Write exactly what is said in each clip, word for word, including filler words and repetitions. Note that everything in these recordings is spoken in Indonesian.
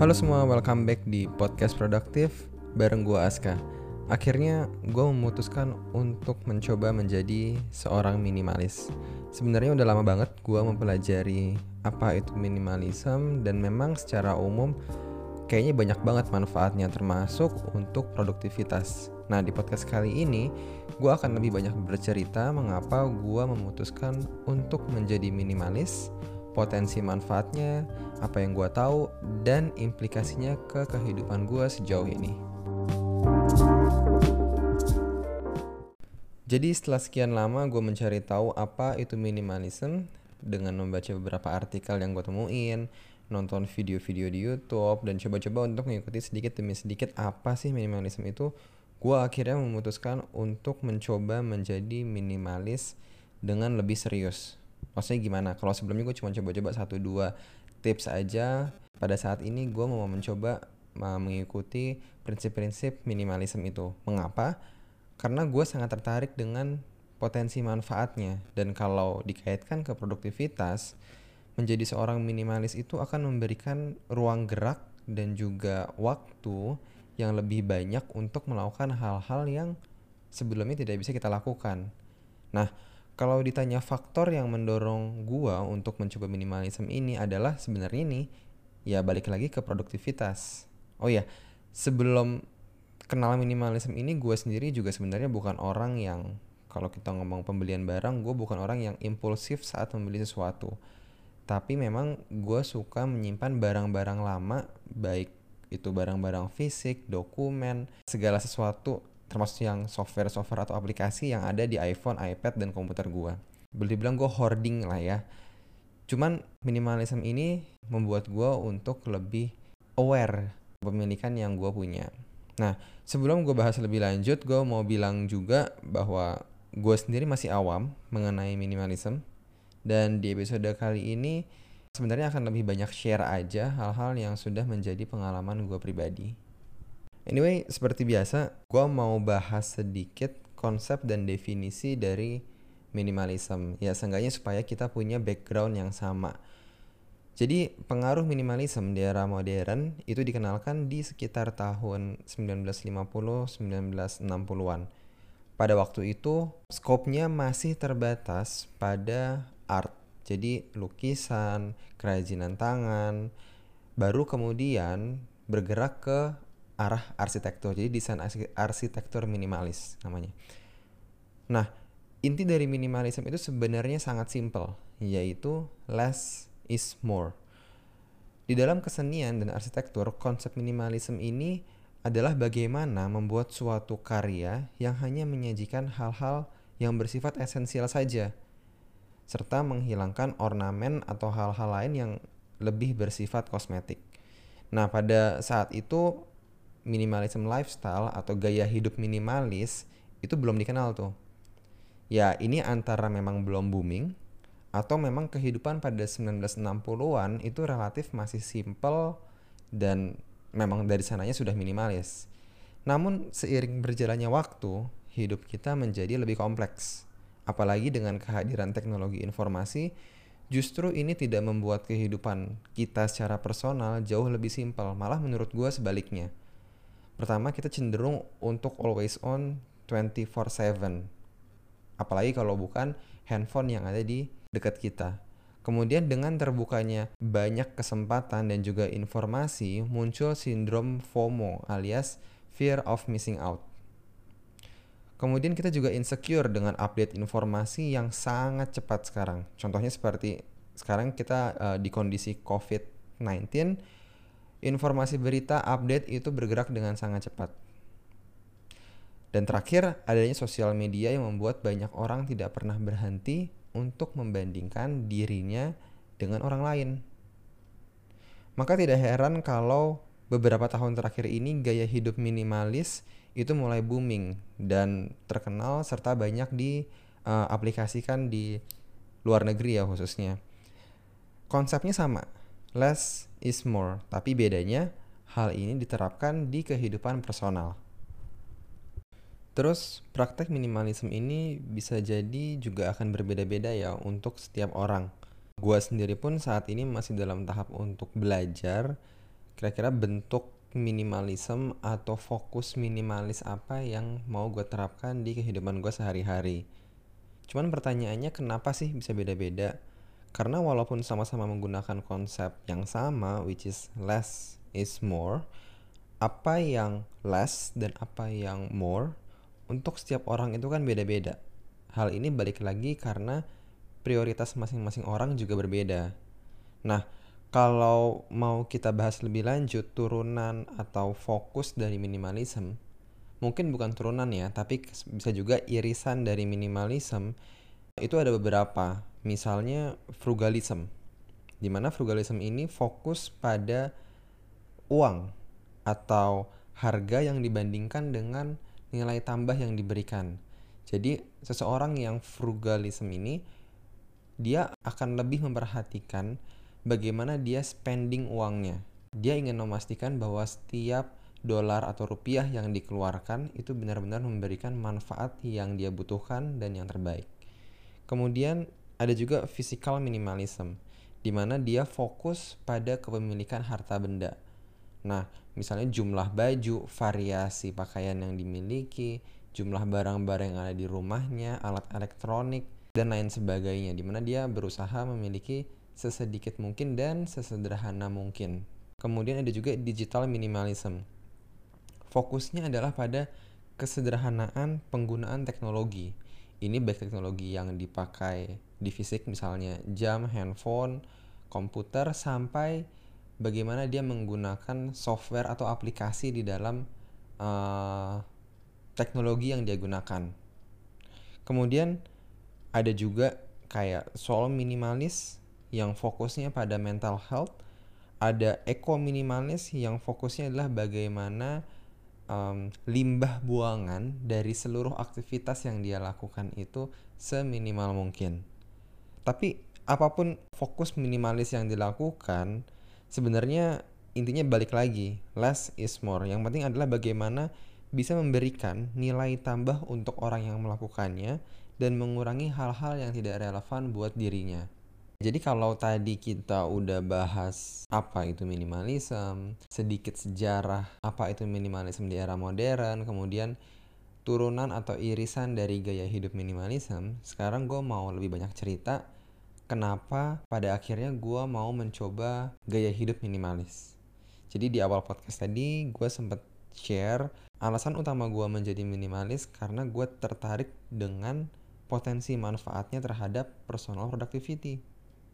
Halo semua, welcome back di podcast produktif bareng gue Aska. Akhirnya gue memutuskan untuk mencoba menjadi seorang minimalis. Sebenarnya udah lama banget gue mempelajari apa itu minimalism, dan memang secara umum kayaknya banyak banget manfaatnya, termasuk untuk produktivitas. Nah, di podcast kali ini gue akan lebih banyak bercerita mengapa gue memutuskan untuk menjadi minimalis, potensi manfaatnya, apa yang gue tahu, dan implikasinya ke kehidupan gue sejauh ini. Jadi setelah sekian lama gue mencari tahu apa itu minimalism dengan membaca beberapa artikel yang gue temuin, nonton video-video di YouTube, dan coba-coba untuk mengikuti sedikit demi sedikit apa sih minimalism itu, gue akhirnya memutuskan untuk mencoba menjadi minimalis dengan lebih serius. Maksudnya gimana? Kalau sebelumnya gue cuma coba-coba satu dua tips aja, pada saat ini gue mau mencoba mengikuti prinsip-prinsip minimalism itu. Mengapa? Karena gue sangat tertarik dengan potensi manfaatnya, dan kalau dikaitkan ke produktivitas, menjadi seorang minimalis itu akan memberikan ruang gerak dan juga waktu yang lebih banyak untuk melakukan hal-hal yang sebelumnya tidak bisa kita lakukan. Nah, kalau ditanya faktor yang mendorong gue untuk mencoba minimalism ini adalah sebenarnya ini, ya balik lagi ke produktivitas. Oh ya, sebelum kenal minimalism ini, gue sendiri juga sebenarnya bukan orang yang, kalau kita ngomong pembelian barang, gue bukan orang yang impulsif saat membeli sesuatu. Tapi memang gue suka menyimpan barang-barang lama, baik itu barang-barang fisik, dokumen, segala sesuatu, termasuk yang software-software atau aplikasi yang ada di iPhone, iPad, dan komputer gue. Boleh dibilang gue hoarding lah ya. Cuman minimalism ini membuat gue untuk lebih aware pemilikan yang gue punya. Nah, sebelum gue bahas lebih lanjut, gue mau bilang juga bahwa gue sendiri masih awam mengenai minimalism. Dan di episode kali ini sebenarnya akan lebih banyak share aja hal-hal yang sudah menjadi pengalaman gue pribadi. Anyway, seperti biasa, gue mau bahas sedikit konsep dan definisi dari minimalism. Ya, seenggaknya supaya kita punya background yang sama. Jadi, pengaruh minimalism di era modern itu dikenalkan di sekitar tahun sembilan belas lima puluh sampai sembilan belas enam puluhan. Pada waktu itu, skopnya masih terbatas pada art. Jadi, lukisan, kerajinan tangan, baru kemudian bergerak ke arah arsitektur. Jadi, desain arsitektur minimalis namanya. Nah, inti dari minimalism itu sebenarnya sangat simple, yaitu less is more. Di dalam kesenian dan arsitektur, konsep minimalism ini adalah bagaimana membuat suatu karya yang hanya menyajikan hal-hal yang bersifat esensial saja, serta menghilangkan ornamen atau hal-hal lain yang lebih bersifat kosmetik. Nah, pada saat itu minimalism lifestyle atau gaya hidup minimalis itu belum dikenal tuh. Ya, ini antara memang belum booming, atau memang kehidupan pada sembilan belas enam puluhan itu relatif masih simple dan memang dari sananya sudah minimalis. Namun seiring berjalannya waktu, hidup kita menjadi lebih kompleks. Apalagi dengan kehadiran teknologi informasi, justru ini tidak membuat kehidupan kita secara personal jauh lebih simpel. Malah menurut gue sebaliknya. Pertama, kita cenderung untuk always on twenty-four seven. Apalagi kalau bukan handphone yang ada di dekat kita. Kemudian dengan terbukanya banyak kesempatan dan juga informasi, muncul sindrom FOMO alias fear of missing out. Kemudian kita juga insecure dengan update informasi yang sangat cepat sekarang. Contohnya seperti sekarang kita uh, di kondisi covid sembilan belas, informasi berita update itu bergerak dengan sangat cepat. Dan terakhir, adanya sosial media yang membuat banyak orang tidak pernah berhenti untuk membandingkan dirinya dengan orang lain. Maka tidak heran kalau beberapa tahun terakhir ini gaya hidup minimalis itu mulai booming dan terkenal serta banyak diaplikasikan uh, di luar negeri ya khususnya. Konsepnya sama, less is more, tapi bedanya hal ini diterapkan di kehidupan personal. Terus praktek minimalism ini bisa jadi juga akan berbeda-beda ya untuk setiap orang. Gua sendiri pun saat ini masih dalam tahap untuk belajar kira-kira bentuk minimalism atau fokus minimalis apa yang mau gue terapkan di kehidupan gue sehari-hari. Cuman pertanyaannya kenapa sih bisa beda-beda? Karena walaupun sama-sama menggunakan konsep yang sama, which is less is more, apa yang less dan apa yang more untuk setiap orang itu kan beda-beda. Hal ini balik lagi karena prioritas masing-masing orang juga berbeda. Nah, kalau mau kita bahas lebih lanjut turunan atau fokus dari minimalism, mungkin bukan turunan ya, tapi bisa juga irisan dari minimalism. Itu ada beberapa, misalnya frugalism, di mana frugalism ini fokus pada uang atau harga yang dibandingkan dengan nilai tambah yang diberikan. Jadi seseorang yang frugalism ini, dia akan lebih memperhatikan bagaimana dia spending uangnya. Dia ingin memastikan bahwa setiap dolar atau rupiah yang dikeluarkan itu benar-benar memberikan manfaat yang dia butuhkan dan yang terbaik. Kemudian ada juga physical minimalism, di mana dia fokus pada kepemilikan harta benda. Nah, misalnya jumlah baju, variasi pakaian yang dimiliki, jumlah barang-barang yang ada di rumahnya, alat elektronik, dan lain sebagainya, di mana dia berusaha memiliki sesedikit mungkin dan sesederhana mungkin. Kemudian ada juga digital minimalism. Fokusnya adalah pada kesederhanaan penggunaan teknologi. Ini baik teknologi yang dipakai di fisik, misalnya jam, handphone, komputer, sampai bagaimana dia menggunakan software atau aplikasi di dalam uh, teknologi yang dia gunakan. Kemudian ada juga kayak soul minimalis yang fokusnya pada mental health. Ada eco minimalis yang fokusnya adalah bagaimana um, limbah buangan dari seluruh aktivitas yang dia lakukan itu seminimal mungkin. Tapi apapun fokus minimalis yang dilakukan, sebenarnya intinya balik lagi, less is more. Yang penting adalah bagaimana bisa memberikan nilai tambah untuk orang yang melakukannya dan mengurangi hal-hal yang tidak relevan buat dirinya. Jadi kalau tadi kita udah bahas apa itu minimalism, sedikit sejarah apa itu minimalism di era modern, kemudian turunan atau irisan dari gaya hidup minimalism, sekarang gue mau lebih banyak cerita kenapa pada akhirnya gue mau mencoba gaya hidup minimalis. Jadi di awal podcast tadi gue sempat share alasan utama gue menjadi minimalis karena gue tertarik dengan potensi manfaatnya terhadap personal productivity.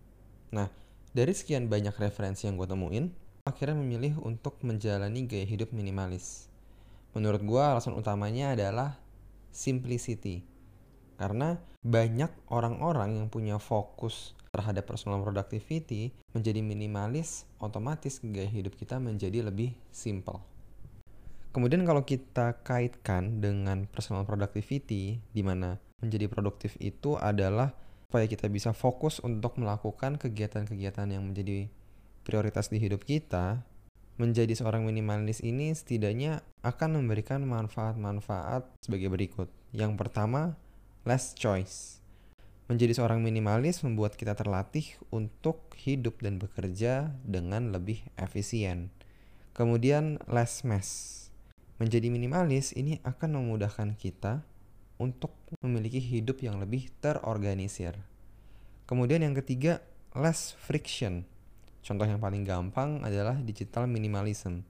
Nah, dari sekian banyak referensi yang gue temuin, akhirnya memilih untuk menjalani gaya hidup minimalis. Menurut gue alasan utamanya adalah simplicity. Karena banyak orang-orang yang punya fokus terhadap personal productivity menjadi minimalis, otomatis gaya hidup kita menjadi lebih simple. Kemudian kalau kita kaitkan dengan personal productivity, di mana menjadi produktif itu adalah supaya kita bisa fokus untuk melakukan kegiatan-kegiatan yang menjadi prioritas di hidup kita, menjadi seorang minimalis ini setidaknya akan memberikan manfaat-manfaat sebagai berikut. Yang pertama, less choice. Menjadi seorang minimalis membuat kita terlatih untuk hidup dan bekerja dengan lebih efisien. Kemudian, less mess. Menjadi minimalis ini akan memudahkan kita untuk memiliki hidup yang lebih terorganisir. Kemudian yang ketiga, less friction. Contoh yang paling gampang adalah digital minimalism.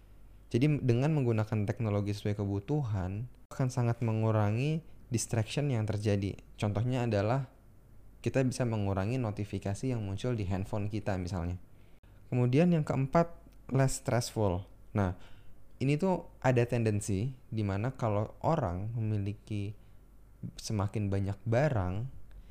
Jadi dengan menggunakan teknologi sesuai kebutuhan akan sangat mengurangi distraction yang terjadi. Contohnya adalah kita bisa mengurangi notifikasi yang muncul di handphone kita misalnya. Kemudian yang keempat, less stressful. Nah, ini tuh ada tendensi di mana kalau orang memiliki semakin banyak barang,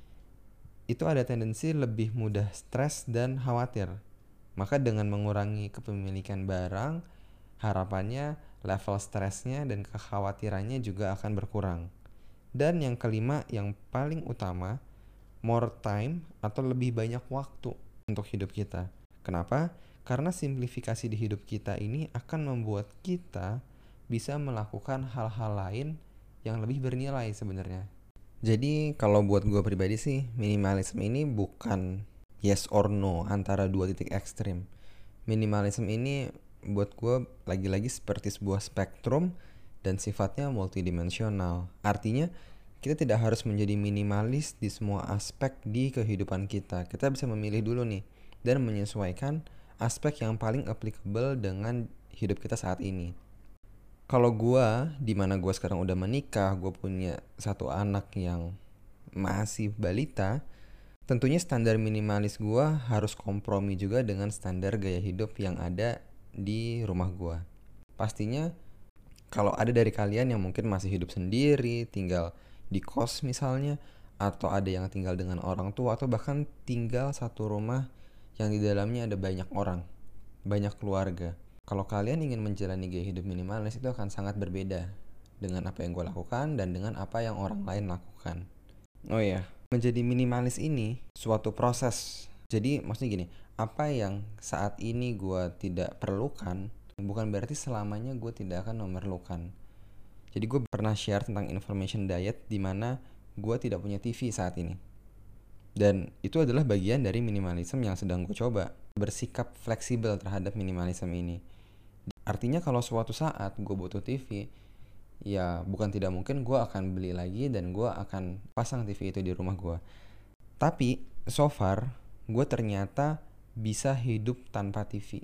itu ada tendensi lebih mudah stres dan khawatir. Maka dengan mengurangi kepemilikan barang, harapannya level stresnya dan kekhawatirannya juga akan berkurang. Dan yang kelima, yang paling utama, more time atau lebih banyak waktu untuk hidup kita. Kenapa? Karena simplifikasi di hidup kita ini akan membuat kita bisa melakukan hal-hal lain yang lebih bernilai sebenarnya. Jadi kalau buat gue pribadi sih, minimalism ini bukan yes or no antara dua titik ekstrim. Minimalism ini buat gue lagi-lagi seperti sebuah spektrum dan sifatnya multidimensional. Artinya kita tidak harus menjadi minimalis di semua aspek di kehidupan kita. Kita bisa memilih dulu nih dan menyesuaikan aspek yang paling applicable dengan hidup kita saat ini. Kalau gue, dimana gue sekarang udah menikah, gue punya satu anak yang masih balita, tentunya standar minimalis gue harus kompromi juga dengan standar gaya hidup yang ada di rumah gue. Pastinya kalau ada dari kalian yang mungkin masih hidup sendiri, tinggal di kos misalnya, atau ada yang tinggal dengan orang tua, atau bahkan tinggal satu rumah yang di dalamnya ada banyak orang, banyak keluarga. Kalau kalian ingin menjalani gaya hidup minimalis, itu akan sangat berbeda dengan apa yang gue lakukan dan dengan apa yang orang lain lakukan. Oh iya, menjadi minimalis ini suatu proses. Jadi maksudnya gini, apa yang saat ini gue tidak perlukan bukan berarti selamanya gue tidak akan memerlukan. Jadi gue pernah share tentang information diet di mana gue tidak punya T V saat ini. Dan itu adalah bagian dari minimalism yang sedang gue coba. Bersikap fleksibel terhadap minimalism ini. Artinya kalau suatu saat gue butuh T V, ya bukan tidak mungkin gue akan beli lagi dan gue akan pasang T V itu di rumah gue. Tapi so far gue ternyata bisa hidup tanpa T V.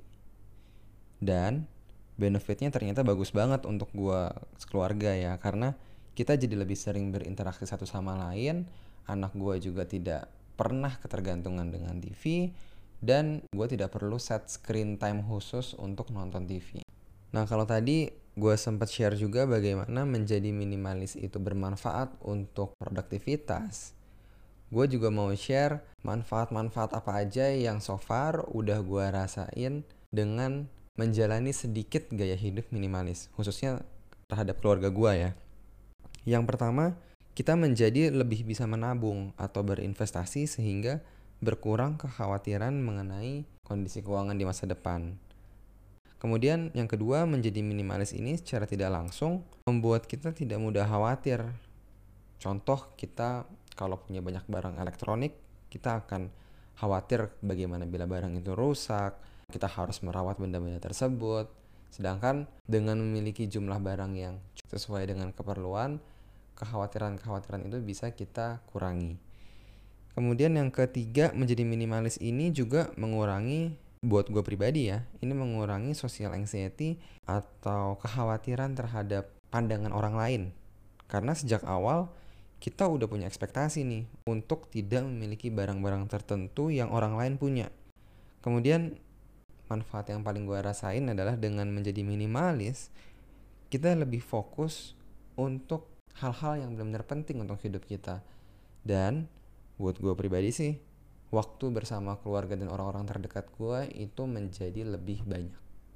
Dan benefitnya ternyata bagus banget untuk gue sekeluarga ya. Karena kita jadi lebih sering berinteraksi satu sama lain. Anak gue juga tidak pernah ketergantungan dengan T V. Dan gue tidak perlu set screen time khusus untuk nonton T V. Nah kalau tadi gue sempat share juga bagaimana menjadi minimalis itu bermanfaat untuk produktivitas. Gue juga mau share manfaat-manfaat apa aja yang so far udah gue rasain dengan menjalani sedikit gaya hidup minimalis, khususnya terhadap keluarga gue ya. Yang pertama, kita menjadi lebih bisa menabung atau berinvestasi sehingga berkurang kekhawatiran mengenai kondisi keuangan di masa depan. Kemudian yang kedua, menjadi minimalis ini secara tidak langsung membuat kita tidak mudah khawatir. Contoh, kita kalau punya banyak barang elektronik, kita akan khawatir bagaimana bila barang itu rusak, kita harus merawat benda-benda tersebut. Sedangkan dengan memiliki jumlah barang yang sesuai dengan keperluan, kekhawatiran-kekhawatiran itu bisa kita kurangi. Kemudian yang ketiga, menjadi minimalis ini juga mengurangi, buat gue pribadi ya, ini mengurangi social anxiety atau kekhawatiran terhadap pandangan orang lain. Karena sejak awal kita udah punya ekspektasi nih untuk tidak memiliki barang-barang tertentu yang orang lain punya. Kemudian manfaat yang paling gue rasain adalah dengan menjadi minimalis, kita lebih fokus untuk hal-hal yang benar-benar penting untuk hidup kita. Dan buat gue pribadi sih, waktu bersama keluarga dan orang-orang terdekat gue itu menjadi lebih banyak.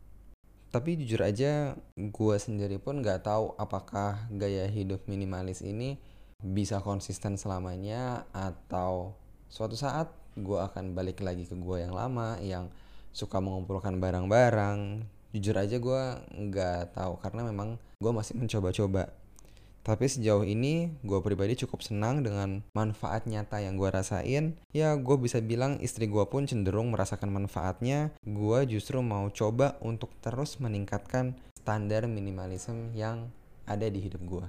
Tapi jujur aja, gue sendiri pun gak tahu apakah gaya hidup minimalis ini bisa konsisten selamanya, atau suatu saat gue akan balik lagi ke gue yang lama yang suka mengumpulkan barang-barang. Jujur aja gue gak tahu karena memang gue masih mencoba-coba. Tapi sejauh ini gue pribadi cukup senang dengan manfaat nyata yang gue rasain. Ya gue bisa bilang istri gue pun cenderung merasakan manfaatnya. Gue justru mau coba untuk terus meningkatkan standar minimalism yang ada di hidup gue.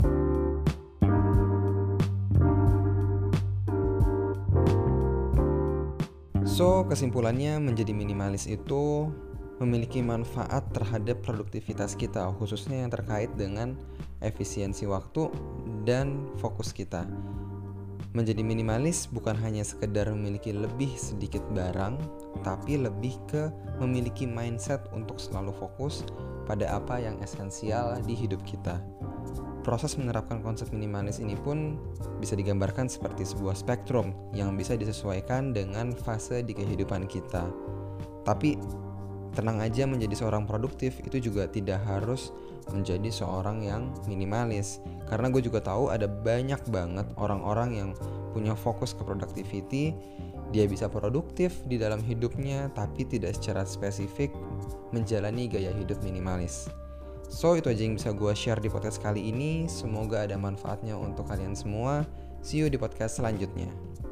So kesimpulannya, menjadi minimalis itu memiliki manfaat terhadap produktivitas kita, khususnya yang terkait dengan efisiensi waktu dan fokus kita. Menjadi minimalis bukan hanya sekedar memiliki lebih sedikit barang, tapi lebih ke memiliki mindset untuk selalu fokus pada apa yang esensial di hidup kita. Proses menerapkan konsep minimalis ini pun bisa digambarkan seperti sebuah spektrum yang bisa disesuaikan dengan fase di kehidupan kita. Tapi tenang aja, menjadi seorang produktif itu juga tidak harus menjadi seorang yang minimalis. Karena gue juga tahu ada banyak banget orang-orang yang punya fokus ke productivity. Dia bisa produktif di dalam hidupnya tapi tidak secara spesifik menjalani gaya hidup minimalis. So itu aja yang bisa gue share di podcast kali ini. Semoga ada manfaatnya untuk kalian semua. See you di podcast selanjutnya.